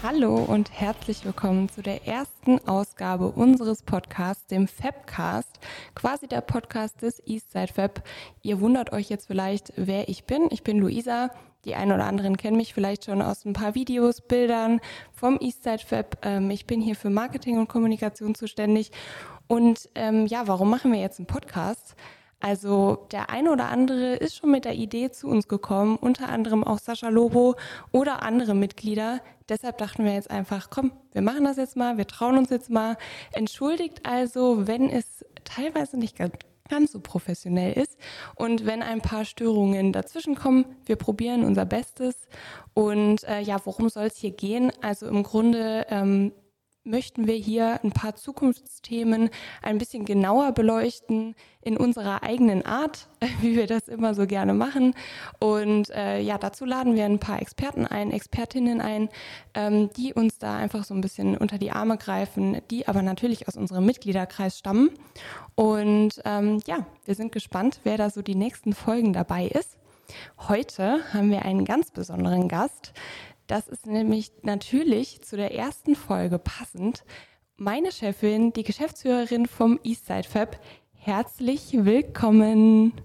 Hallo und herzlich willkommen zu der ersten Ausgabe unseres Podcasts, dem Fabcast, quasi der Podcast des Eastside Fab. Ihr wundert euch jetzt vielleicht, wer ich bin. Ich bin Luisa. Die einen oder anderen kennen mich vielleicht schon aus ein paar Videos, Bildern vom Eastside Fab. Ich bin hier für Marketing und Kommunikation zuständig. Und warum machen wir jetzt einen Podcast? Also der eine oder andere ist schon mit der Idee zu uns gekommen, unter anderem auch Sascha Lobo oder andere Mitglieder. Deshalb dachten wir jetzt einfach, komm, wir machen das jetzt mal, wir trauen uns jetzt mal. Entschuldigt also, wenn es teilweise nicht ganz so professionell ist und wenn ein paar Störungen dazwischen kommen. Wir probieren unser Bestes. Und worum soll es hier gehen? Also im Grunde möchten wir hier ein paar Zukunftsthemen ein bisschen genauer beleuchten in unserer eigenen Art, wie wir das immer so gerne machen. Und dazu laden wir ein paar Expertinnen ein, die uns da einfach so ein bisschen unter die Arme greifen, die aber natürlich aus unserem Mitgliederkreis stammen. Und wir sind gespannt, wer da so die nächsten Folgen dabei ist. Heute haben wir einen ganz besonderen Gast. Das ist nämlich natürlich zu der ersten Folge passend. Meine Chefin, die Geschäftsführerin vom Eastside Fab. Herzlich willkommen.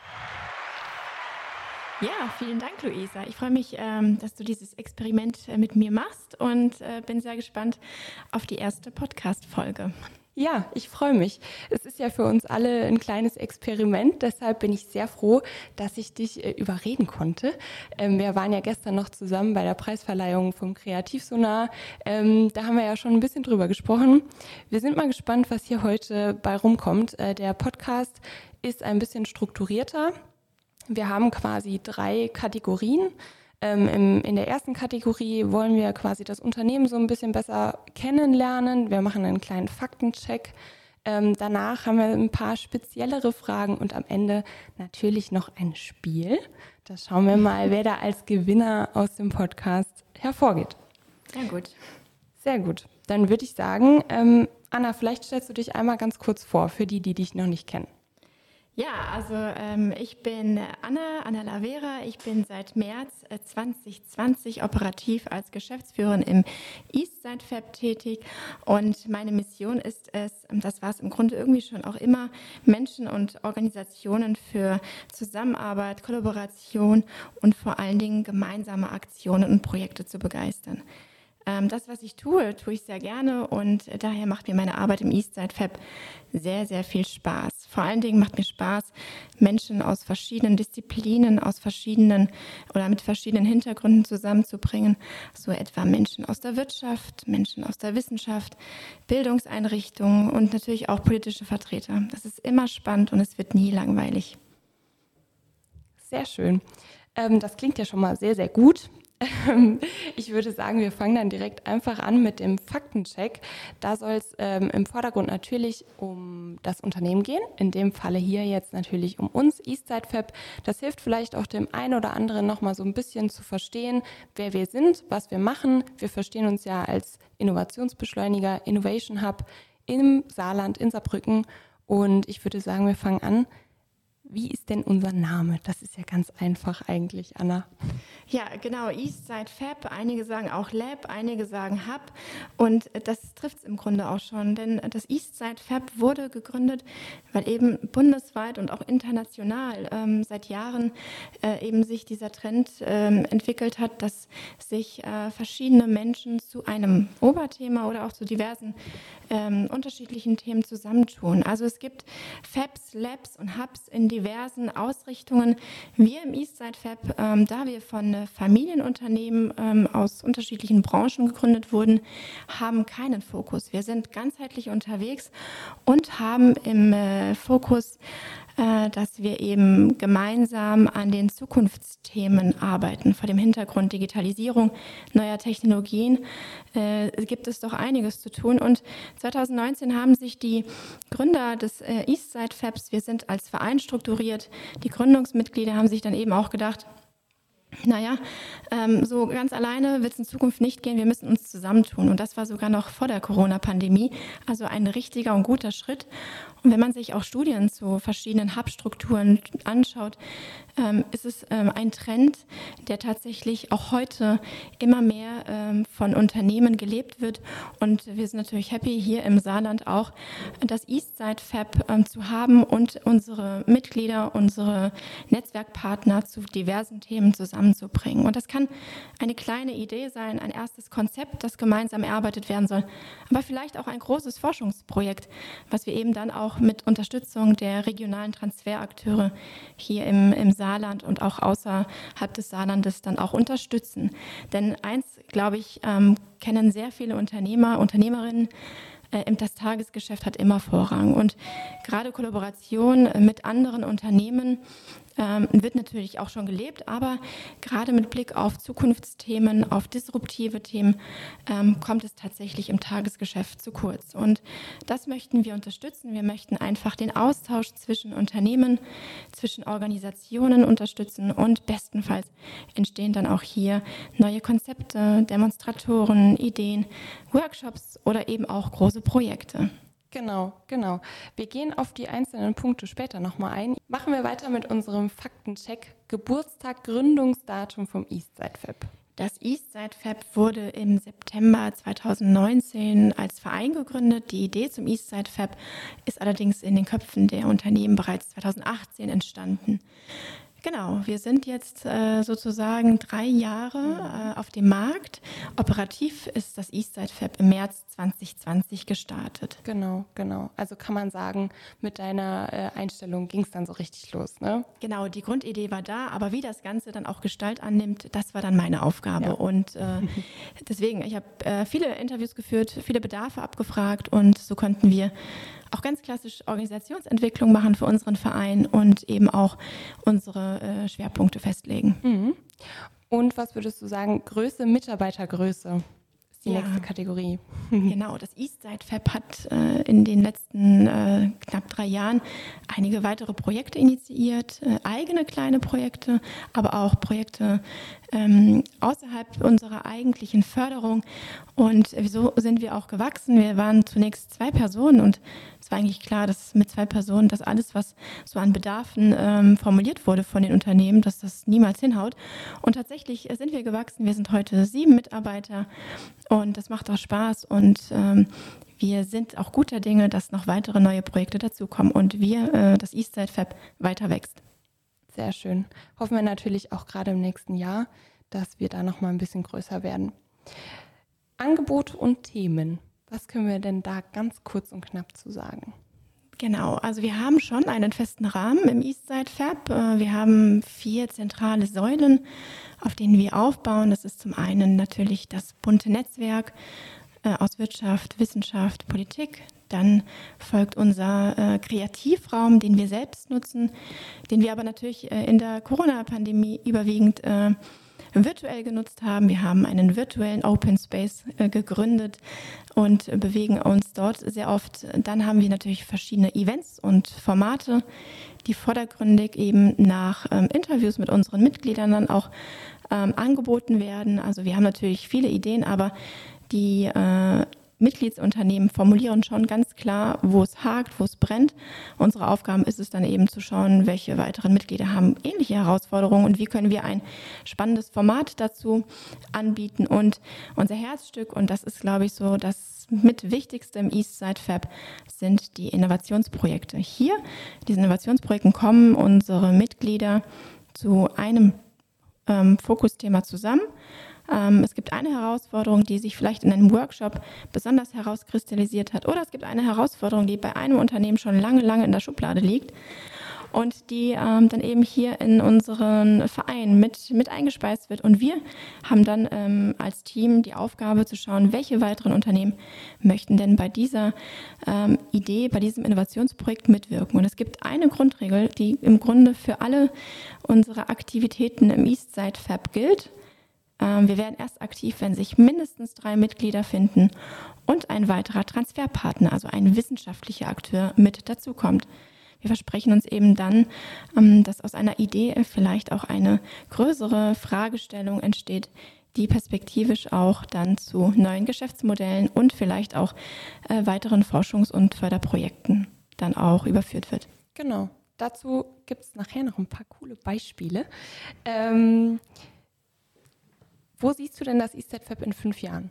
Ja, vielen Dank, Luisa. Ich freue mich, dass du dieses Experiment mit mir machst und bin sehr gespannt auf die erste Podcast-Folge. Ja, ich freue mich. Es ist ja für uns alle ein kleines Experiment, deshalb bin ich sehr froh, dass ich dich überreden konnte. Wir waren ja gestern noch zusammen bei der Preisverleihung vom Kreativsonar. Da haben wir ja schon ein bisschen drüber gesprochen. Wir sind mal gespannt, was hier heute bei rumkommt. Der Podcast ist ein bisschen strukturierter. Wir haben quasi 3 Kategorien. In der ersten Kategorie wollen wir quasi das Unternehmen so ein bisschen besser kennenlernen. Wir machen einen kleinen Faktencheck. Danach haben wir ein paar speziellere Fragen und am Ende natürlich noch ein Spiel. Da schauen wir mal, wer da als Gewinner aus dem Podcast hervorgeht. Sehr gut. Sehr gut. Dann würde ich sagen, Anna, vielleicht stellst du dich einmal ganz kurz vor, für die dich noch nicht kennen. Ja, also ich bin Anna Lavera. Ich bin seit März 2020 operativ als Geschäftsführerin im Eastside Fab tätig und meine Mission ist es, das war es im Grunde irgendwie schon auch immer, Menschen und Organisationen für Zusammenarbeit, Kollaboration und vor allen Dingen gemeinsame Aktionen und Projekte zu begeistern. Das, was ich tue ich sehr gerne und daher macht mir meine Arbeit im Eastside Fab sehr, sehr viel Spaß. Vor allen Dingen macht mir Spaß, Menschen aus verschiedenen Disziplinen, mit verschiedenen Hintergründen zusammenzubringen. So etwa Menschen aus der Wirtschaft, Menschen aus der Wissenschaft, Bildungseinrichtungen und natürlich auch politische Vertreter. Das ist immer spannend und es wird nie langweilig. Sehr schön. Das klingt ja schon mal sehr, sehr gut. Ich würde sagen, wir fangen dann direkt einfach an mit dem Faktencheck. Da soll es im Vordergrund natürlich um das Unternehmen gehen. In dem Falle hier jetzt natürlich um uns, Eastside Fab. Das hilft vielleicht auch dem einen oder anderen nochmal so ein bisschen zu verstehen, wer wir sind, was wir machen. Wir verstehen uns ja als Innovationsbeschleuniger, Innovation Hub im Saarland, in Saarbrücken. Und ich würde sagen, wir fangen an. Wie ist denn unser Name? Das ist ja ganz einfach eigentlich, Anna. Ja, genau, Eastside Fab. Einige sagen auch Lab, einige sagen Hub. Und das trifft es im Grunde auch schon, denn das Eastside Fab wurde gegründet, weil eben bundesweit und auch international seit Jahren eben sich dieser Trend entwickelt hat, dass sich verschiedene Menschen zu einem Oberthema oder auch zu diversen unterschiedlichen Themen zusammentun. Also es gibt Fabs, Labs und Hubs in diversen Ausrichtungen. Wir im Eastside Fab, da wir von Familienunternehmen aus unterschiedlichen Branchen gegründet wurden, haben keinen Fokus. Wir sind ganzheitlich unterwegs und haben im Fokus, dass wir eben gemeinsam an den Zukunftsthemen arbeiten. Vor dem Hintergrund Digitalisierung, neuer Technologien gibt es doch einiges zu tun. Und 2019 haben sich die Gründer des Eastside Fabs, wir sind als Verein strukturiert, die Gründungsmitglieder haben sich dann eben auch gedacht, So ganz alleine wird es in Zukunft nicht gehen, wir müssen uns zusammentun. Und das war sogar noch vor der Corona-Pandemie, also ein richtiger und guter Schritt. Und wenn man sich auch Studien zu verschiedenen Hub-Strukturen anschaut, ist es ein Trend, der tatsächlich auch heute immer mehr von Unternehmen gelebt wird. Und wir sind natürlich happy, hier im Saarland auch das Eastside Fab zu haben und unsere Mitglieder, unsere Netzwerkpartner zu diversen Themen zusammenzubringen. Und das kann eine kleine Idee sein, ein erstes Konzept, das gemeinsam erarbeitet werden soll, aber vielleicht auch ein großes Forschungsprojekt, was wir eben dann auch mit Unterstützung der regionalen Transferakteure hier im Saarland und auch außerhalb des Saarlandes dann auch unterstützen. Denn eins, glaube ich, kennen sehr viele Unternehmer, Unternehmerinnen, das Tagesgeschäft hat immer Vorrang. Und gerade Kollaboration mit anderen Unternehmen wird natürlich auch schon gelebt, aber gerade mit Blick auf Zukunftsthemen, auf disruptive Themen, kommt es tatsächlich im Tagesgeschäft zu kurz. Und das möchten wir unterstützen. Wir möchten einfach den Austausch zwischen Unternehmen, zwischen Organisationen unterstützen und bestenfalls entstehen dann auch hier neue Konzepte, Demonstratoren, Ideen, Workshops oder eben auch große Projekte. Genau. Wir gehen auf die einzelnen Punkte später nochmal ein. Machen wir weiter mit unserem Faktencheck. Geburtstag, Gründungsdatum vom Eastside Fab. Das Eastside Fab wurde im September 2019 als Verein gegründet. Die Idee zum Eastside Fab ist allerdings in den Köpfen der Unternehmen bereits 2018 entstanden. Genau, wir sind jetzt sozusagen 3 Jahre auf dem Markt. Operativ ist das Eastside Fab im März 2020 gestartet. Genau. Also kann man sagen, mit deiner Einstellung ging es dann so richtig los, ne? Genau, die Grundidee war da, aber wie das Ganze dann auch Gestalt annimmt, das war dann meine Aufgabe. Ja. Und deswegen, ich habe viele Interviews geführt, viele Bedarfe abgefragt und so konnten wir auch ganz klassisch Organisationsentwicklung machen für unseren Verein und eben auch unsere Schwerpunkte festlegen. Mhm. Und was würdest du sagen, Größe, Mitarbeitergröße ist die nächste Kategorie. Genau, das Eastside Fab hat in den letzten knapp 3 Jahren einige weitere Projekte initiiert, eigene kleine Projekte, aber auch Projekte außerhalb unserer eigentlichen Förderung. Und so sind wir auch gewachsen. Wir waren zunächst 2 Personen und es war eigentlich klar, dass mit 2 Personen das alles, was so an Bedarfen formuliert wurde von den Unternehmen, dass das niemals hinhaut. Und tatsächlich sind wir gewachsen. Wir sind heute 7 Mitarbeiter und das macht auch Spaß. Und wir sind auch guter Dinge, dass noch weitere neue Projekte dazukommen und das Eastside Fab weiter wächst. Sehr schön. Hoffen wir natürlich auch gerade im nächsten Jahr, dass wir da noch mal ein bisschen größer werden. Angebote und Themen. Was können wir denn da ganz kurz und knapp zu sagen? Genau, also wir haben schon einen festen Rahmen im Eastside Fab. Wir haben 4 zentrale Säulen, auf denen wir aufbauen. Das ist zum einen natürlich das bunte Netzwerk aus Wirtschaft, Wissenschaft, Politik. Dann folgt unser Kreativraum, den wir selbst nutzen, den wir aber natürlich in der Corona-Pandemie überwiegend virtuell genutzt haben. Wir haben einen virtuellen Open Space gegründet und bewegen uns dort sehr oft. Dann haben wir natürlich verschiedene Events und Formate, die vordergründig eben nach Interviews mit unseren Mitgliedern dann auch angeboten werden. Also wir haben natürlich viele Ideen, aber die Mitgliedsunternehmen formulieren schon ganz klar, wo es hakt, wo es brennt. Unsere Aufgabe ist es dann eben zu schauen, welche weiteren Mitglieder haben ähnliche Herausforderungen und wie können wir ein spannendes Format dazu anbieten. Und unser Herzstück, und das ist, glaube ich, so das mit Wichtigste im Eastside Fab, sind die Innovationsprojekte. Hier, diesen Innovationsprojekten kommen unsere Mitglieder zu einem Fokusthema zusammen. Es gibt eine Herausforderung, die sich vielleicht in einem Workshop besonders herauskristallisiert hat, oder es gibt eine Herausforderung, die bei einem Unternehmen schon lange in der Schublade liegt und die dann eben hier in unseren Verein mit eingespeist wird. Und wir haben dann als Team die Aufgabe zu schauen, welche weiteren Unternehmen möchten denn bei dieser Idee, bei diesem Innovationsprojekt mitwirken. Und es gibt eine Grundregel, die im Grunde für alle unsere Aktivitäten im Eastside Fab gilt. Wir werden erst aktiv, wenn sich mindestens 3 Mitglieder finden und ein weiterer Transferpartner, also ein wissenschaftlicher Akteur, mit dazukommt. wir versprechen uns eben dann, dass aus einer Idee vielleicht auch eine größere Fragestellung entsteht, die perspektivisch auch dann zu neuen Geschäftsmodellen und vielleicht auch weiteren Forschungs- und Förderprojekten dann auch überführt wird. Genau. Dazu gibt es nachher noch ein paar coole Beispiele. Wo siehst du denn das EastSide-Fab in 5 Jahren?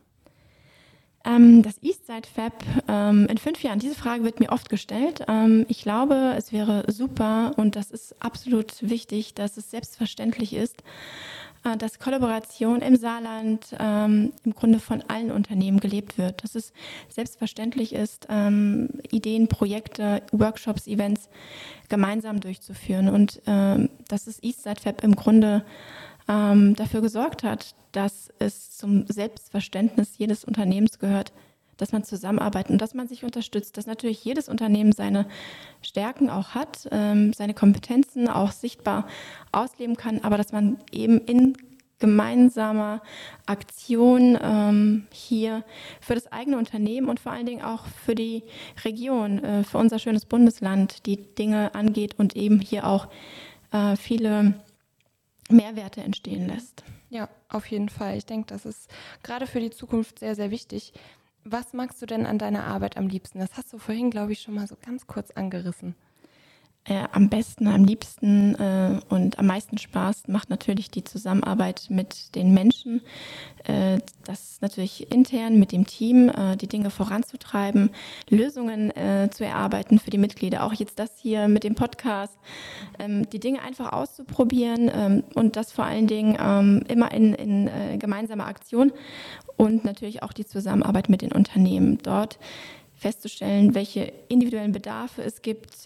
Das EastSide-Fab in 5 Jahren, diese Frage wird mir oft gestellt. Ich glaube, es wäre super und das ist absolut wichtig, dass es selbstverständlich ist, dass Kollaboration im Saarland im Grunde von allen Unternehmen gelebt wird. Dass es selbstverständlich ist, Ideen, Projekte, Workshops, Events gemeinsam durchzuführen und dass das EastSide-Fab im Grunde dafür gesorgt hat, dass es zum Selbstverständnis jedes Unternehmens gehört, dass man zusammenarbeitet und dass man sich unterstützt, dass natürlich jedes Unternehmen seine Stärken auch hat, seine Kompetenzen auch sichtbar ausleben kann, aber dass man eben in gemeinsamer Aktion hier für das eigene Unternehmen und vor allen Dingen auch für die Region, für unser schönes Bundesland die Dinge angeht und eben hier auch viele Mehrwerte entstehen lässt. Ja, auf jeden Fall. Ich denke, das ist gerade für die Zukunft sehr, sehr wichtig. Was magst du denn an deiner Arbeit am liebsten? Das hast du vorhin, glaube ich, schon mal so ganz kurz angerissen. Am besten, am liebsten und am meisten Spaß macht natürlich die Zusammenarbeit mit den Menschen. Das ist natürlich intern mit dem Team, die Dinge voranzutreiben, Lösungen zu erarbeiten für die Mitglieder. Auch jetzt das hier mit dem Podcast, die Dinge einfach auszuprobieren und das vor allen Dingen immer in gemeinsamer Aktion und natürlich auch die Zusammenarbeit mit den Unternehmen dort. Festzustellen, welche individuellen Bedarfe es gibt,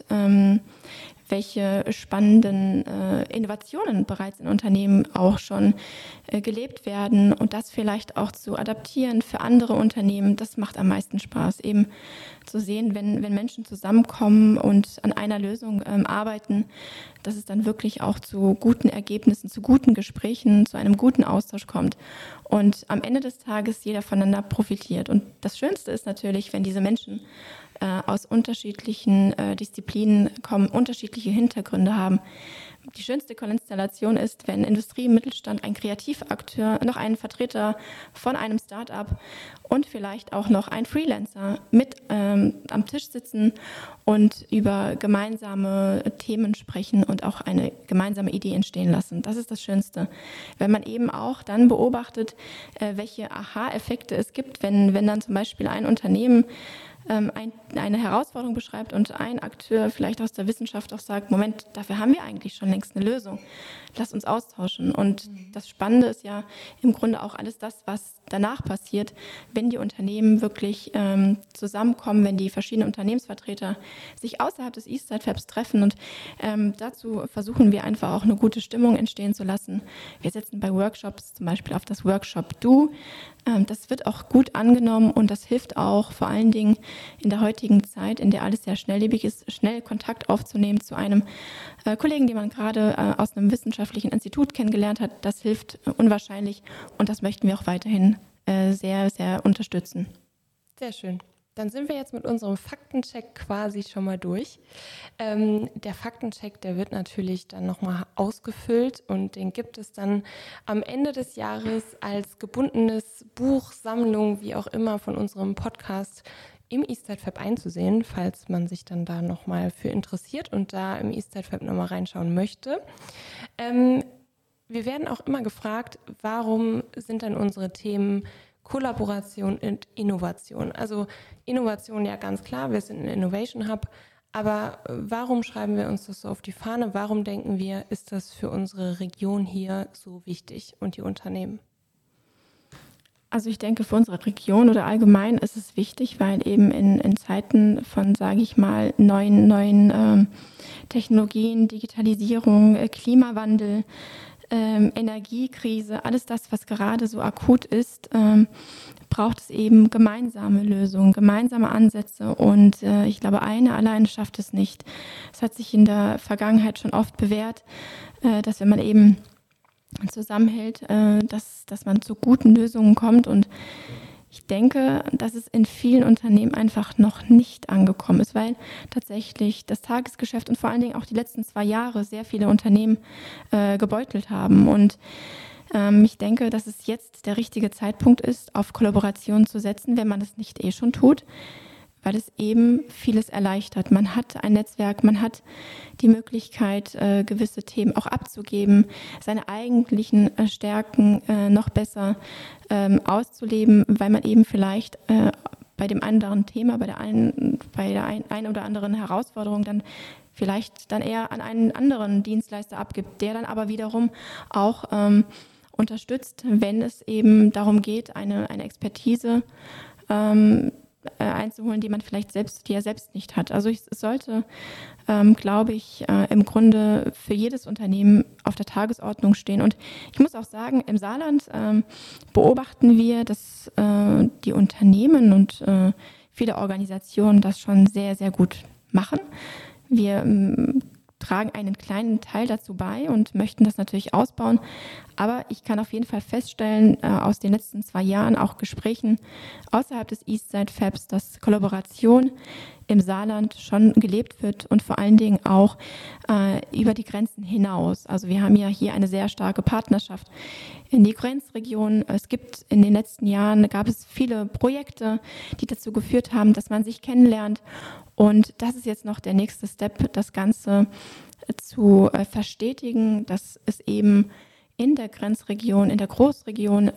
welche spannenden Innovationen bereits in Unternehmen auch schon gelebt werden und das vielleicht auch zu adaptieren für andere Unternehmen. Das macht am meisten Spaß, eben zu sehen, wenn Menschen zusammenkommen und an einer Lösung arbeiten, dass es dann wirklich auch zu guten Ergebnissen, zu guten Gesprächen, zu einem guten Austausch kommt. Und am Ende des Tages jeder voneinander profitiert. Und das Schönste ist natürlich, wenn diese Menschen aus unterschiedlichen Disziplinen kommen, unterschiedliche Hintergründe haben. Die schönste Konstellation ist, wenn Industrie im Mittelstand, ein Kreativakteur, noch ein Vertreter von einem Start-up und vielleicht auch noch ein Freelancer mit am Tisch sitzen und über gemeinsame Themen sprechen und auch eine gemeinsame Idee entstehen lassen. Das ist das Schönste. Wenn man eben auch dann beobachtet, welche Aha-Effekte es gibt, wenn dann zum Beispiel ein Unternehmen eine Herausforderung beschreibt und ein Akteur vielleicht aus der Wissenschaft auch sagt, Moment, dafür haben wir eigentlich schon längst eine Lösung. Lass uns austauschen. Und das Spannende ist ja im Grunde auch alles das, was danach passiert, wenn die Unternehmen wirklich zusammenkommen, wenn die verschiedenen Unternehmensvertreter sich außerhalb des EastSide-Fabs treffen. Und dazu versuchen wir einfach auch eine gute Stimmung entstehen zu lassen. Wir setzen bei Workshops zum Beispiel auf das Workshop Du. Das wird auch gut angenommen und das hilft auch vor allen Dingen in der heutigen Zeit, in der alles sehr schnelllebig ist, schnell Kontakt aufzunehmen zu einem Kollegen, den man gerade aus einem wissenschaftlichen Institut kennengelernt hat. Das hilft unwahrscheinlich und das möchten wir auch weiterhin sehr, sehr unterstützen. Sehr schön. Dann sind wir jetzt mit unserem Faktencheck quasi schon mal durch. Der Faktencheck, der wird natürlich dann nochmal ausgefüllt und den gibt es dann am Ende des Jahres als gebundenes Buch, Sammlung, wie auch immer, von unserem Podcast im EastSide-Fab einzusehen, falls man sich dann da nochmal für interessiert und da im EastSide-Fab nochmal reinschauen möchte. Wir werden auch immer gefragt, warum sind dann unsere Themen Kollaboration und Innovation? Also Innovation, ja ganz klar, wir sind ein Innovation Hub, aber warum schreiben wir uns das so auf die Fahne? Warum denken wir, ist das für unsere Region hier so wichtig und die Unternehmen? Also ich denke, für unsere Region oder allgemein ist es wichtig, weil eben in Zeiten von, sage ich mal, neuen Technologien, Digitalisierung, Klimawandel, Energiekrise, alles das, was gerade so akut ist, braucht es eben gemeinsame Lösungen, gemeinsame Ansätze und ich glaube, eine alleine schafft es nicht. Es hat sich in der Vergangenheit schon oft bewährt, dass wenn man eben zusammenhält, dass man zu guten Lösungen kommt und Ich denke, dass es in vielen Unternehmen einfach noch nicht angekommen ist, weil tatsächlich das Tagesgeschäft und vor allen Dingen auch die letzten 2 Jahre sehr viele Unternehmen gebeutelt haben. Und ich denke, dass es jetzt der richtige Zeitpunkt ist, auf Kollaboration zu setzen, wenn man das nicht schon tut, weil es eben vieles erleichtert. Man hat ein Netzwerk, man hat die Möglichkeit, gewisse Themen auch abzugeben, seine eigentlichen Stärken noch besser auszuleben, weil man eben vielleicht bei dem anderen Thema, bei der einen oder anderen Herausforderung dann vielleicht dann eher an einen anderen Dienstleister abgibt, der dann aber wiederum auch unterstützt, wenn es eben darum geht, eine Expertise einzuholen, die man vielleicht selbst nicht hat. Also es sollte, glaube ich, im Grunde für jedes Unternehmen auf der Tagesordnung stehen. Und ich muss auch sagen, im Saarland beobachten wir, dass die Unternehmen und viele Organisationen das schon sehr, sehr gut machen. Wir tragen einen kleinen Teil dazu bei und möchten das natürlich ausbauen. Aber ich kann auf jeden Fall feststellen, aus den letzten 2 Jahren, auch Gesprächen außerhalb des Eastside Fabs, dass Kollaboration im Saarland schon gelebt wird und vor allen Dingen auch über die Grenzen hinaus. Also wir haben ja hier eine sehr starke Partnerschaft in die Grenzregion. Es gibt in den letzten Jahren, gab es viele Projekte, die dazu geführt haben, dass man sich kennenlernt. Und das ist jetzt noch der nächste Step, das Ganze zu verstetigen, dass es eben in der Grenzregion, in der Großregion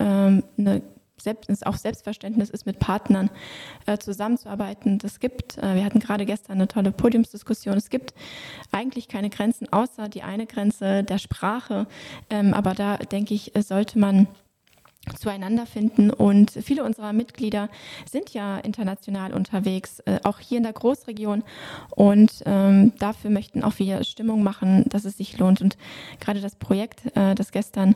auch Selbstverständnis ist, mit Partnern zusammenzuarbeiten. Wir hatten gerade gestern eine tolle Podiumsdiskussion, es gibt eigentlich keine Grenzen, außer die eine Grenze der Sprache. Aber da, denke ich, sollte man zueinander finden, und viele unserer Mitglieder sind ja international unterwegs, auch hier in der Großregion, und dafür möchten auch wir Stimmung machen, dass es sich lohnt. Und gerade das Projekt, das gestern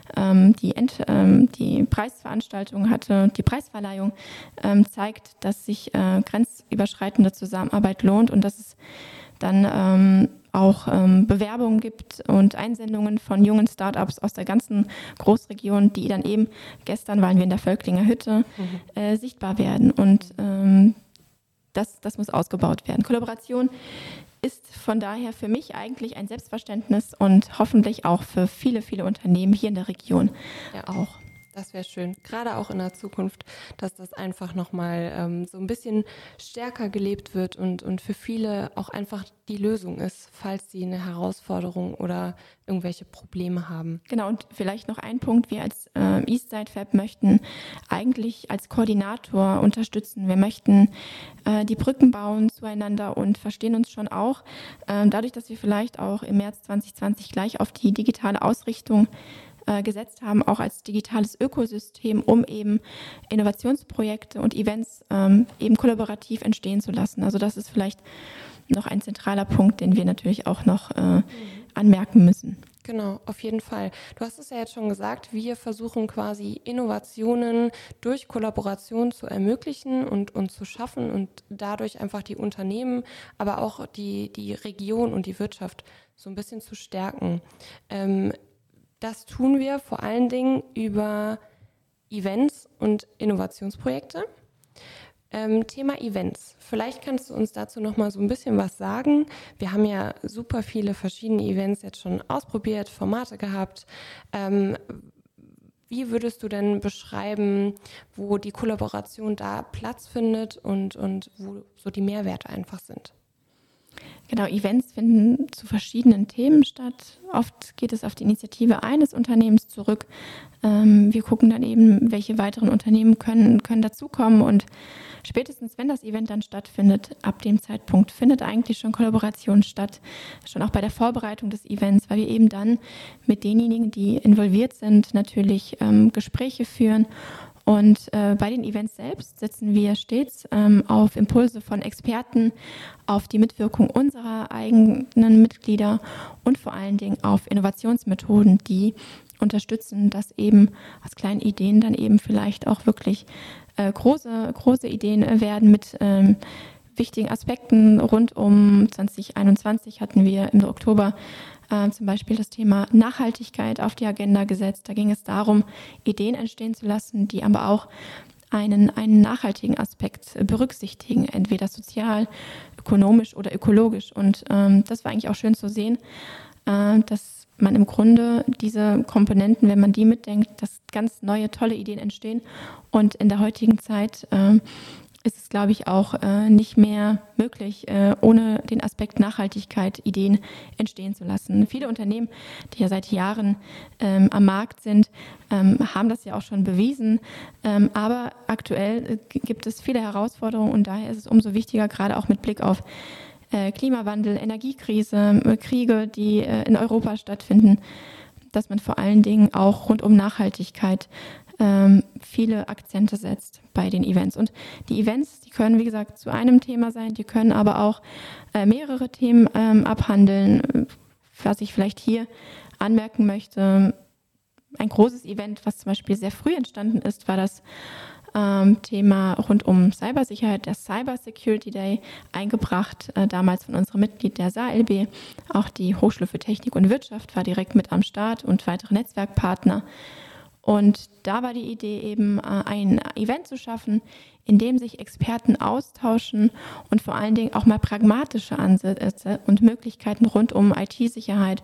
die Preisveranstaltung hatte, die Preisverleihung, zeigt, dass sich grenzüberschreitende Zusammenarbeit lohnt und dass es dann auch Bewerbungen gibt und Einsendungen von jungen Startups aus der ganzen Großregion, die dann eben, gestern waren wir in der Völklinger Hütte, sichtbar werden. Und das muss ausgebaut werden. Kollaboration ist von daher für mich eigentlich ein Selbstverständnis und hoffentlich auch für viele, viele Unternehmen hier in der Region auch. Das wäre schön, gerade auch in der Zukunft, dass das einfach nochmal so ein bisschen stärker gelebt wird und für viele auch einfach die Lösung ist, falls sie eine Herausforderung oder irgendwelche Probleme haben. Genau, und vielleicht noch ein Punkt, wir als Eastside Fab möchten eigentlich als Koordinator unterstützen. Wir möchten die Brücken bauen zueinander und verstehen uns schon auch, dadurch, dass wir vielleicht auch im März 2020 gleich auf die digitale Ausrichtung gesetzt haben, auch als digitales Ökosystem, um eben Innovationsprojekte und Events eben kollaborativ entstehen zu lassen. Also das ist vielleicht noch ein zentraler Punkt, den wir natürlich auch noch anmerken müssen. Genau, auf jeden Fall. Du hast es ja jetzt schon gesagt, wir versuchen quasi Innovationen durch Kollaboration zu ermöglichen und zu schaffen und dadurch einfach die Unternehmen, aber auch die Region und die Wirtschaft so ein bisschen zu stärken. Das tun wir vor allen Dingen über Events und Innovationsprojekte. Thema Events. Vielleicht kannst du uns dazu noch mal so ein bisschen was sagen. Wir haben ja super viele verschiedene Events jetzt schon ausprobiert, Formate gehabt. Wie würdest du denn beschreiben, wo die Kollaboration da Platz findet und wo so die Mehrwerte einfach sind? Genau, Events finden zu verschiedenen Themen statt. Oft geht es auf die Initiative eines Unternehmens zurück. Wir gucken dann eben, welche weiteren Unternehmen können dazukommen, und spätestens, wenn das Event dann stattfindet, ab dem Zeitpunkt findet eigentlich schon Kollaboration statt, schon auch bei der Vorbereitung des Events, weil wir eben dann mit denjenigen, die involviert sind, natürlich Gespräche führen. Und bei den Events selbst setzen wir stets auf Impulse von Experten, auf die Mitwirkung unserer eigenen Mitglieder und vor allen Dingen auf Innovationsmethoden, die unterstützen, dass eben aus kleinen Ideen dann eben vielleicht auch wirklich große Ideen werden mit wichtigen Aspekten. Rund um 2021 hatten wir im Oktober zum Beispiel das Thema Nachhaltigkeit auf die Agenda gesetzt. Da ging es darum, Ideen entstehen zu lassen, die aber auch einen nachhaltigen Aspekt berücksichtigen, entweder sozial, ökonomisch oder ökologisch. Und das war eigentlich auch schön zu sehen, dass man im Grunde diese Komponenten, wenn man die mitdenkt, dass ganz neue, tolle Ideen entstehen. Und in der heutigen Zeit ist es, glaube ich, auch nicht mehr möglich, ohne den Aspekt Nachhaltigkeit Ideen entstehen zu lassen. Viele Unternehmen, die ja seit Jahren am Markt sind, haben das ja auch schon bewiesen. Aber aktuell gibt es viele Herausforderungen und daher ist es umso wichtiger, gerade auch mit Blick auf Klimawandel, Energiekrise, Kriege, die in Europa stattfinden, dass man vor allen Dingen auch rund um Nachhaltigkeit viele Akzente setzt bei den Events. Und die Events, die können, wie gesagt, zu einem Thema sein, die können aber auch mehrere Themen abhandeln. Was ich vielleicht hier anmerken möchte, ein großes Event, was zum Beispiel sehr früh entstanden ist, war das Thema rund um Cybersicherheit, der Cyber Security Day, eingebracht, damals von unserem Mitglied der SALB. Auch die Hochschule für Technik und Wirtschaft war direkt mit am Start und weitere Netzwerkpartner. Und da war die Idee eben, ein Event zu schaffen, in dem sich Experten austauschen und vor allen Dingen auch mal pragmatische Ansätze und Möglichkeiten rund um IT-Sicherheit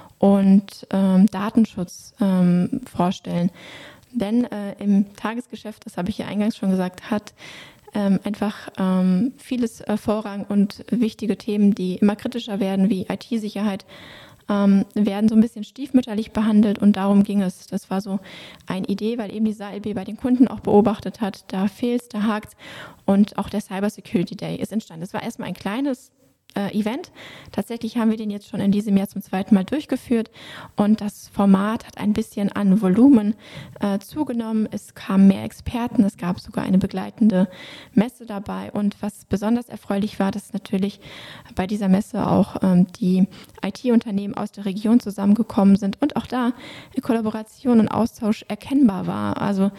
und Datenschutz vorstellen. Denn im Tagesgeschäft, das habe ich ja eingangs schon gesagt, hat einfach vieles Vorrang und wichtige Themen, die immer kritischer werden, wie IT-Sicherheit, werden so ein bisschen stiefmütterlich behandelt und darum ging es. Das war so eine Idee, weil eben die SALB bei den Kunden auch beobachtet hat, da fehlt's, da hakt's und auch der Cyber Security Day ist entstanden. Es war erstmal ein kleines Event. Tatsächlich haben wir den jetzt schon in diesem Jahr zum 2. Mal durchgeführt und das Format hat ein bisschen an Volumen zugenommen. Es kamen mehr Experten, es gab sogar eine begleitende Messe dabei und was besonders erfreulich war, dass natürlich bei dieser Messe auch die IT-Unternehmen aus der Region zusammengekommen sind und auch da Kollaboration und Austausch erkennbar war. Also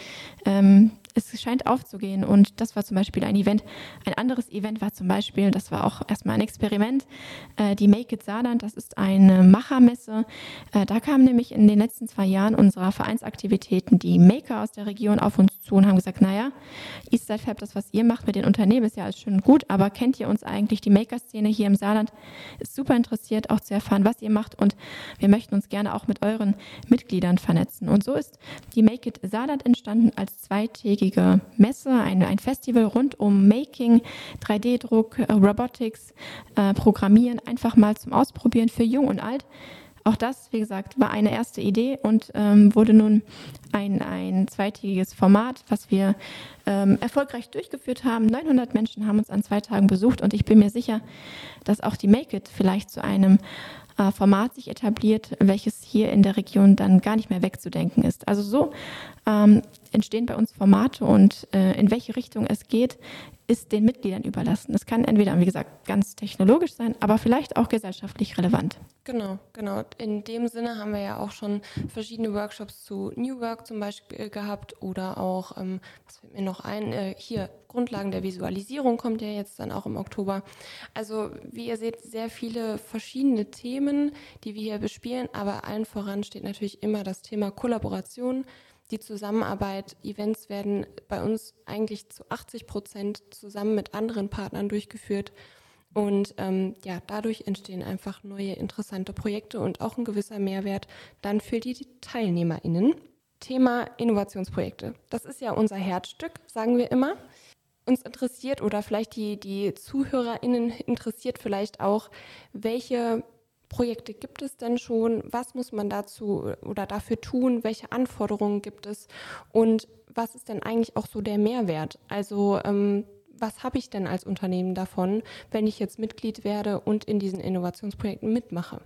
es scheint aufzugehen und das war zum Beispiel ein Event. Ein anderes Event war zum Beispiel, das war auch erstmal ein Experiment, die Make It Saarland, das ist eine Machermesse. Da kamen nämlich in den letzten 2 Jahren unserer Vereinsaktivitäten die Maker aus der Region auf uns zu und haben gesagt, naja, Eastside Fab, das was ihr macht mit den Unternehmen ist ja alles schön und gut, aber kennt ihr uns eigentlich? Die Maker-Szene hier im Saarland ist super interessiert, auch zu erfahren, was ihr macht und wir möchten uns gerne auch mit euren Mitgliedern vernetzen. Und so ist die Make It Saarland entstanden als 2-tägige Messe, ein Festival rund um Making, 3D-Druck, Robotics, Programmieren, einfach mal zum Ausprobieren für Jung und Alt. Auch das, wie gesagt, war eine erste Idee und wurde nun ein 2-tägiges Format, was wir erfolgreich durchgeführt haben. 900 Menschen haben uns an 2 Tagen besucht und ich bin mir sicher, dass auch die Make It vielleicht zu einem Format sich etabliert, welches hier in der Region dann gar nicht mehr wegzudenken ist. Also so entstehen bei uns Formate und in welche Richtung es geht, ist den Mitgliedern überlassen. Es kann entweder, wie gesagt, ganz technologisch sein, aber vielleicht auch gesellschaftlich relevant. Genau. In dem Sinne haben wir ja auch schon verschiedene Workshops zu New Work zum Beispiel gehabt oder auch, was fällt mir noch ein, hier Grundlagen der Visualisierung kommt ja jetzt dann auch im Oktober. Also wie ihr seht, sehr viele verschiedene Themen, die wir hier bespielen, aber allen voran steht natürlich immer das Thema Kollaboration. Die Zusammenarbeit, Events werden bei uns eigentlich zu 80% zusammen mit anderen Partnern durchgeführt und dadurch entstehen einfach neue interessante Projekte und auch ein gewisser Mehrwert dann für die TeilnehmerInnen. Thema Innovationsprojekte, das ist ja unser Herzstück, sagen wir immer. Uns interessiert oder vielleicht die ZuhörerInnen interessiert vielleicht auch, welche Projekte gibt es denn schon? Was muss man dazu oder dafür tun? Welche Anforderungen gibt es? Und was ist denn eigentlich auch so der Mehrwert? Also was habe ich denn als Unternehmen davon, wenn ich jetzt Mitglied werde und in diesen Innovationsprojekten mitmache?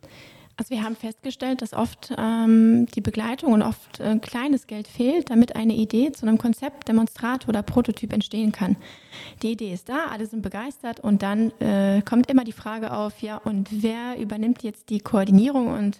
Also wir haben festgestellt, dass oft die Begleitung und oft kleines Geld fehlt, damit eine Idee zu einem Konzept, Demonstrator oder Prototyp entstehen kann. Die Idee ist da, alle sind begeistert und dann kommt immer die Frage auf, ja, und wer übernimmt jetzt die Koordinierung und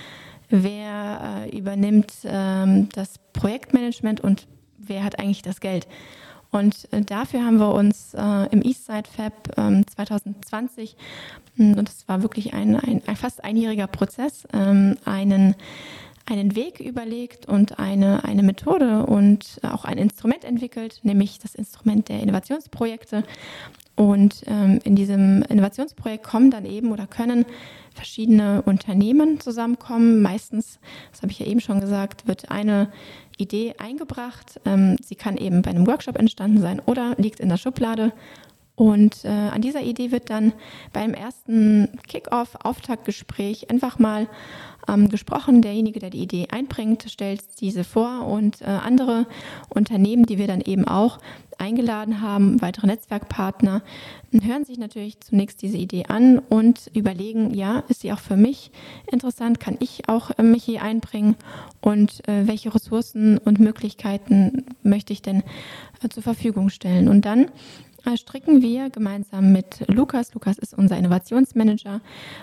wer übernimmt das Projektmanagement und wer hat eigentlich das Geld? Und dafür haben wir uns im Eastside Fab 2020, und das war wirklich ein fast einjähriger Prozess, einen einen Weg überlegt und eine Methode und auch ein Instrument entwickelt, nämlich das Instrument der Innovationsprojekte. Und in diesem Innovationsprojekt kommen dann eben oder können verschiedene Unternehmen zusammenkommen. Meistens, das habe ich ja eben schon gesagt, wird eine Idee eingebracht. Sie kann eben bei einem Workshop entstanden sein oder liegt in der Schublade. Und an dieser Idee wird dann beim ersten Kick-Off, Auftaktgespräch einfach mal gesprochen. Derjenige, der die Idee einbringt, stellt diese vor und andere Unternehmen, die wir dann eben auch eingeladen haben, weitere Netzwerkpartner, hören sich natürlich zunächst diese Idee an und überlegen, ja, ist sie auch für mich interessant, kann ich auch mich hier einbringen und welche Ressourcen und Möglichkeiten möchte ich denn zur Verfügung stellen. Und dann stricken wir gemeinsam mit Lukas ist unser Innovationsmanager,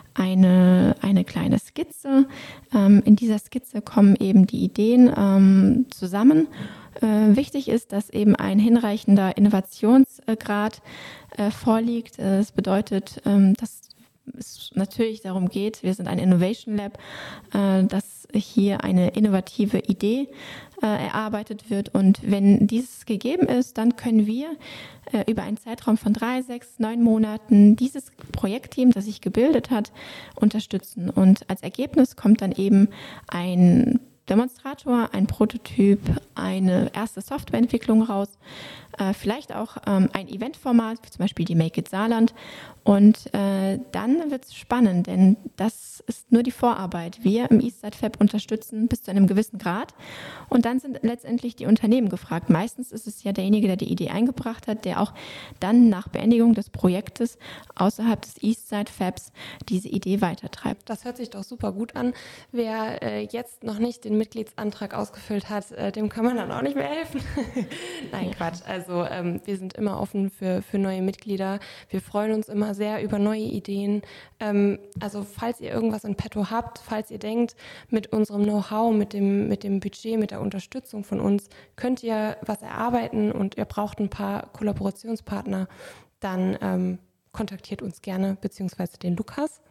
eine kleine Skizze. In dieser Skizze kommen eben die Ideen zusammen. Wichtig ist, dass eben ein hinreichender Innovationsgrad vorliegt. Das bedeutet, dass es natürlich darum geht, wir sind ein Innovation Lab, dass hier eine innovative Idee erarbeitet wird. Und wenn dies gegeben ist, dann können wir über einen Zeitraum von 3, 6, 9 Monaten dieses Projektteam, das sich gebildet hat, unterstützen. Und als Ergebnis kommt dann eben ein Demonstrator, ein Prototyp, eine erste Softwareentwicklung raus, vielleicht auch ein Eventformat, wie zum Beispiel die Make It Saarland. Und dann wird es spannend, denn das ist nur die Vorarbeit. Wir im Eastside Fab unterstützen bis zu einem gewissen Grad und dann sind letztendlich die Unternehmen gefragt. Meistens ist es ja derjenige, der die Idee eingebracht hat, der auch dann nach Beendigung des Projektes außerhalb des Eastside Fabs diese Idee weitertreibt. Das hört sich doch super gut an. Wer jetzt noch nicht den Mitgliedsantrag ausgefüllt hat, dem kann man dann auch nicht mehr helfen. Nein, Quatsch. Also wir sind immer offen für neue Mitglieder. Wir freuen uns immer sehr über neue Ideen. Also falls ihr irgendwas in petto habt, falls ihr denkt, mit unserem Know-how, mit dem Budget, mit der Unterstützung von uns, könnt ihr was erarbeiten und ihr braucht ein paar Kollaborationspartner, dann kontaktiert uns gerne, beziehungsweise den Lukas.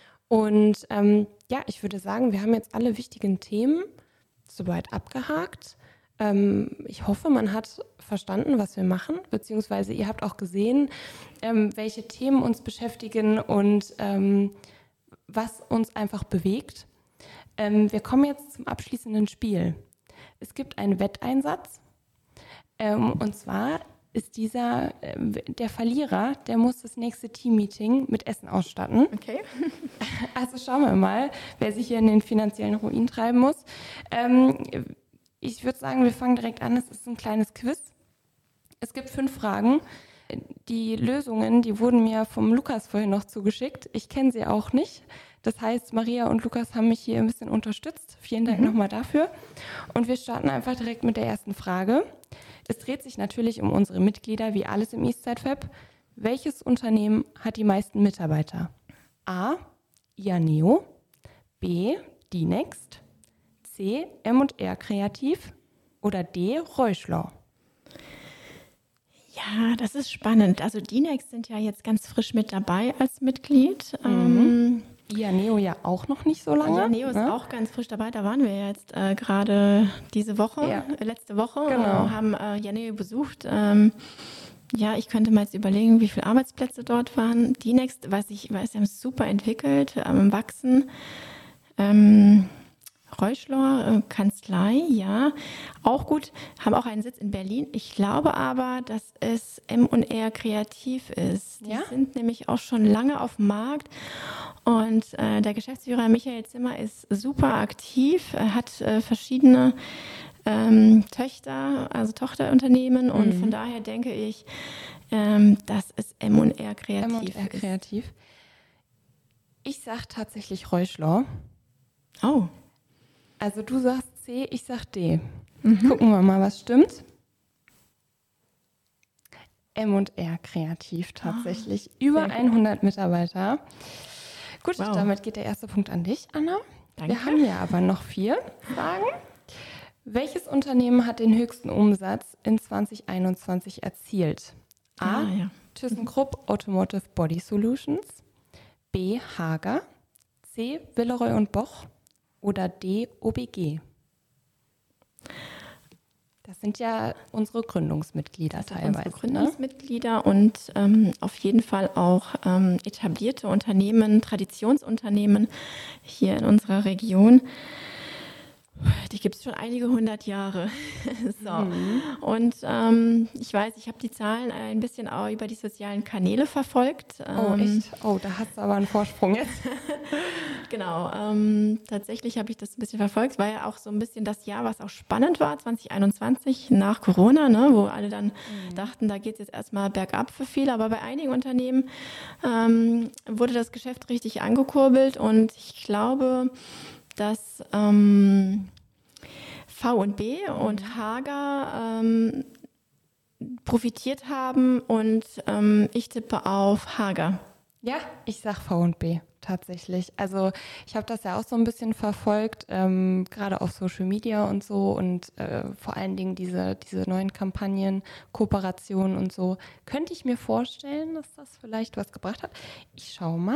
Und ja, ich würde sagen, wir haben jetzt alle wichtigen Themen soweit abgehakt. Ich hoffe, man hat verstanden, was wir machen, beziehungsweise ihr habt auch gesehen, welche Themen uns beschäftigen und was uns einfach bewegt. Wir kommen jetzt zum abschließenden Spiel. Es gibt einen Wetteinsatz und zwar ist dieser, der Verlierer, der muss das nächste Teammeeting mit Essen ausstatten. Okay. Also schauen wir mal, wer sich hier in den finanziellen Ruin treiben muss. Ich würde sagen, wir fangen direkt an. Es ist ein kleines Quiz. Es gibt 5 Fragen. Die Lösungen, die wurden mir vom Lukas vorhin noch zugeschickt. Ich kenne sie auch nicht. Das heißt, Maria und Lukas haben mich hier ein bisschen unterstützt. Vielen Dank nochmal dafür. Und wir starten einfach direkt mit der ersten Frage. Es dreht sich natürlich um unsere Mitglieder, wie alles im Eastside Fab. Welches Unternehmen hat die meisten Mitarbeiter? A. Ianeo, B. D-Next, C. M&R Kreativ oder D. Reuschler? Ja, das ist spannend. Also D-Next sind ja jetzt ganz frisch mit dabei als Mitglied. Ianeo ja auch noch nicht so lange. Ianeo ist auch ganz frisch dabei. Da waren wir jetzt gerade diese Woche, letzte Woche, haben Ianeo besucht. Ja, ich könnte mal jetzt überlegen, wie viele Arbeitsplätze dort waren. D-Next, weiß, sie haben es super entwickelt, am Wachsen. Reuschler, Kanzlei, ja, auch gut, haben auch einen Sitz in Berlin. Ich glaube aber, dass es M&R Kreativ ist. Die sind nämlich auch schon lange auf dem Markt und der Geschäftsführer Michael Zimmer ist super aktiv, hat verschiedene Töchter, also Tochterunternehmen und von daher denke ich, dass es M&R Kreativ M&R Kreativ. Ich sage tatsächlich Reuschler. Oh. Also du sagst C, ich sag D. Gucken wir mal, was stimmt. M&R Kreativ tatsächlich. Über 100 Mitarbeiter. Gut, damit geht der erste Punkt an dich, Anna. Danke. Wir haben ja aber noch 4 Fragen. Welches Unternehmen hat den höchsten Umsatz in 2021 erzielt? A. ThyssenKrupp Automotive Body Solutions. B. Hager. C. Villeroy und Boch. oder D, OBG? Das sind ja unsere Gründungsmitglieder teilweise. Unsere Gründungsmitglieder und auf jeden Fall auch etablierte Unternehmen, Traditionsunternehmen hier in unserer Region. Die gibt es schon einige 100 Jahre. So. Und ich weiß, ich habe die Zahlen ein bisschen auch über die sozialen Kanäle verfolgt. Oh, echt? Oh, da hast du aber einen Vorsprung jetzt. Genau, tatsächlich habe ich das ein bisschen verfolgt. Es war ja auch so ein bisschen das Jahr, was auch spannend war, 2021 nach Corona, ne, wo alle dann dachten, da geht es jetzt erstmal bergab für viele. Aber bei einigen Unternehmen wurde das Geschäft richtig angekurbelt und ich glaube, dass V&B und Hager profitiert haben und ich tippe auf Hager. Ja, ich sag V&B tatsächlich. Also ich habe das ja auch so ein bisschen verfolgt, gerade auf Social Media und so und vor allen Dingen diese neuen Kampagnen, Kooperationen und so. Könnte ich mir vorstellen, dass das vielleicht was gebracht hat? Ich schaue mal.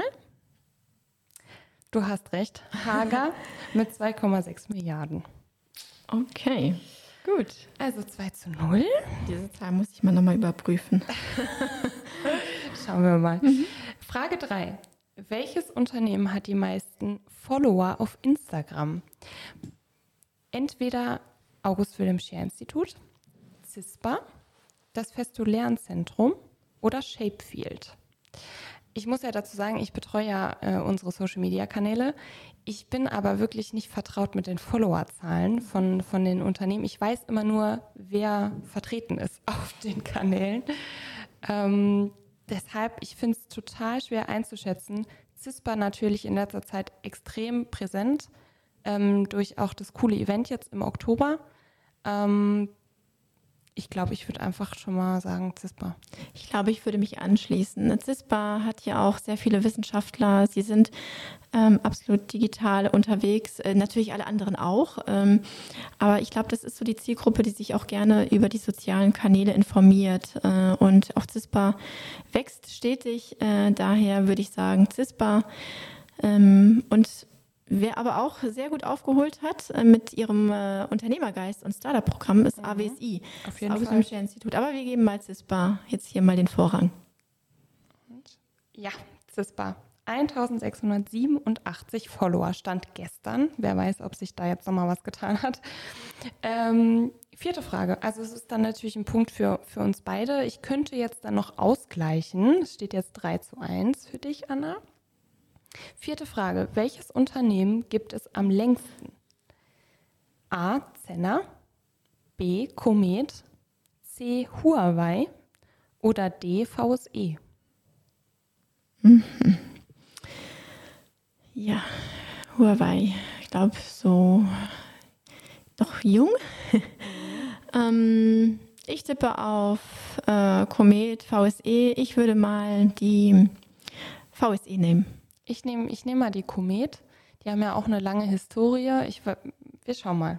Du hast recht. Hager mit 2,6 Milliarden. Okay, gut. Also 2:0. Diese Zahl muss ich mal nochmal überprüfen. Schauen wir mal. Frage 3. Welches Unternehmen hat die meisten Follower auf Instagram? Entweder August Wilhelm Scheer Institut, CISPA, das Festo Lernzentrum oder Shapefield. Ich muss ja dazu sagen, ich betreue ja unsere Social-Media-Kanäle. Ich bin aber wirklich nicht vertraut mit den Followerzahlen von den Unternehmen. Ich weiß immer nur, wer vertreten ist auf den Kanälen. Deshalb, ich finde es total schwer einzuschätzen. CISPA natürlich in letzter Zeit extrem präsent, durch auch das coole Event jetzt im Oktober. Ich glaube, ich würde einfach schon mal sagen CISPA. Ich glaube, ich würde mich anschließen. CISPA hat ja auch sehr viele Wissenschaftler. Sie sind absolut digital unterwegs. Natürlich alle anderen auch. Aber ich glaube, das ist so die Zielgruppe, die sich auch gerne über die sozialen Kanäle informiert. Und auch CISPA wächst stetig. Daher würde ich sagen CISPA. Und wer aber auch sehr gut aufgeholt hat mit ihrem Unternehmergeist und Startup-Programm ist AWSI, Auf jeden das Fall. Institut. Aber wir geben mal CISPA jetzt hier mal den Vorrang. Ja, CISPA. 1687 Follower stand gestern. Wer weiß, ob sich da jetzt nochmal was getan hat. 4. Frage. Also es ist dann natürlich ein Punkt für uns beide. Ich könnte jetzt dann noch ausgleichen. Es steht jetzt 3:1 für dich, Anna. 4. Frage. Welches Unternehmen gibt es am längsten? A. Zenner, B. Comet, C. Huawei oder D. VSE? Ja, Huawei. Ich glaube, so noch jung. Ich tippe auf Comet, VSE. Ich würde mal die VSE nehmen. Ich nehm mal die Comet. Die haben ja auch eine lange Historie. Wir schauen mal.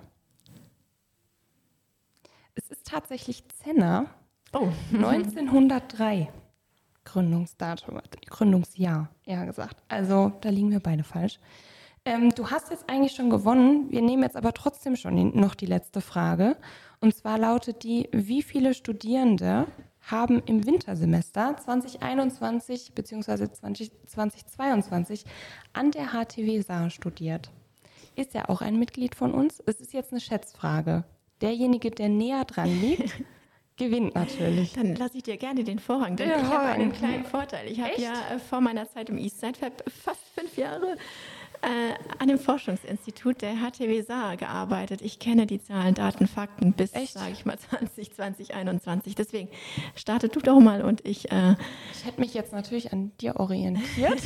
Es ist tatsächlich Zenner. Oh. 1903. Gründungsjahr, eher gesagt. Also da liegen wir beide falsch. Du hast jetzt eigentlich schon gewonnen. Wir nehmen jetzt aber trotzdem schon noch die letzte Frage. Und zwar lautet die, wie viele Studierende haben im Wintersemester 2021 bzw. 2022 an der HTW Saar studiert? Ist ja auch ein Mitglied von uns. Es ist jetzt eine Schätzfrage. Derjenige, der näher dran liegt, gewinnt natürlich. Dann lasse ich dir gerne den Vorrang, denn Ja, ich habe einen kleinen Vorteil. Ich habe Echt? ja vor meiner Zeit im Eastside Fab fast 5 Jahre an dem Forschungsinstitut der HTW Saar gearbeitet. Ich kenne die Zahlen, Daten, Fakten bis, sage ich mal, 2021. Deswegen starte du doch mal und ich... Ich hätte mich jetzt natürlich an dir orientiert.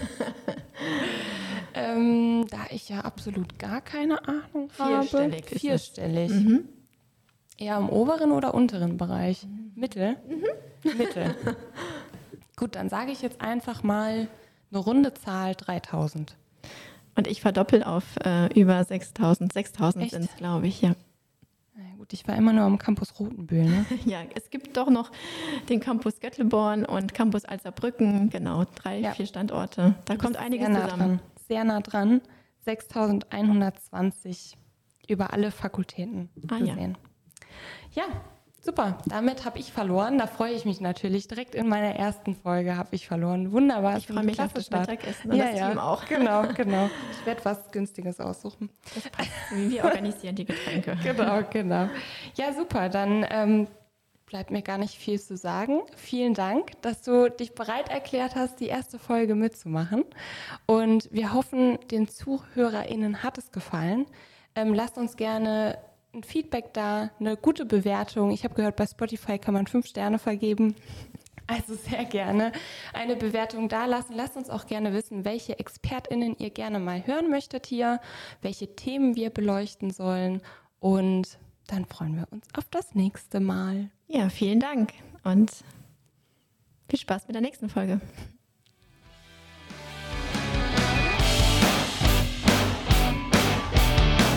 Da ich ja absolut gar keine Ahnung habe. Vierstellig ist es. Vierstellig. Eher im oberen oder unteren Bereich? Mittel? Mittel. Gut, dann sage ich jetzt einfach mal eine runde Zahl 3000. Und ich verdoppel auf über 6.000. 6.000 sind es, glaube ich, ja. Na gut, ich war immer nur am Campus Rotenbühl, ne? Ja, es gibt doch noch den Campus Göttleborn und Campus Alzerbrücken, genau, 3, 4 Standorte. Da kommt einiges sehr nah zusammen. Dran. Sehr nah dran. 6.120 über alle Fakultäten gesehen. Ja, super. Damit habe ich verloren. Da freue ich mich natürlich. Direkt in meiner ersten Folge habe ich verloren. Wunderbar. Ich freue mich auf das Mittagessen und das Team auch. Genau. Ich werde was Günstiges aussuchen. Das passt. Wir organisieren die Getränke. Genau. Ja, super. Dann bleibt mir gar nicht viel zu sagen. Vielen Dank, dass du dich bereit erklärt hast, die erste Folge mitzumachen. Und wir hoffen, den ZuhörerInnen hat es gefallen. Lasst uns gerne ein Feedback da, eine gute Bewertung. Ich habe gehört, bei Spotify kann man 5 Sterne vergeben. Also sehr gerne eine Bewertung da lassen. Lasst uns auch gerne wissen, welche ExpertInnen ihr gerne mal hören möchtet hier, welche Themen wir beleuchten sollen. Und dann freuen wir uns auf das nächste Mal. Ja, vielen Dank und viel Spaß mit der nächsten Folge.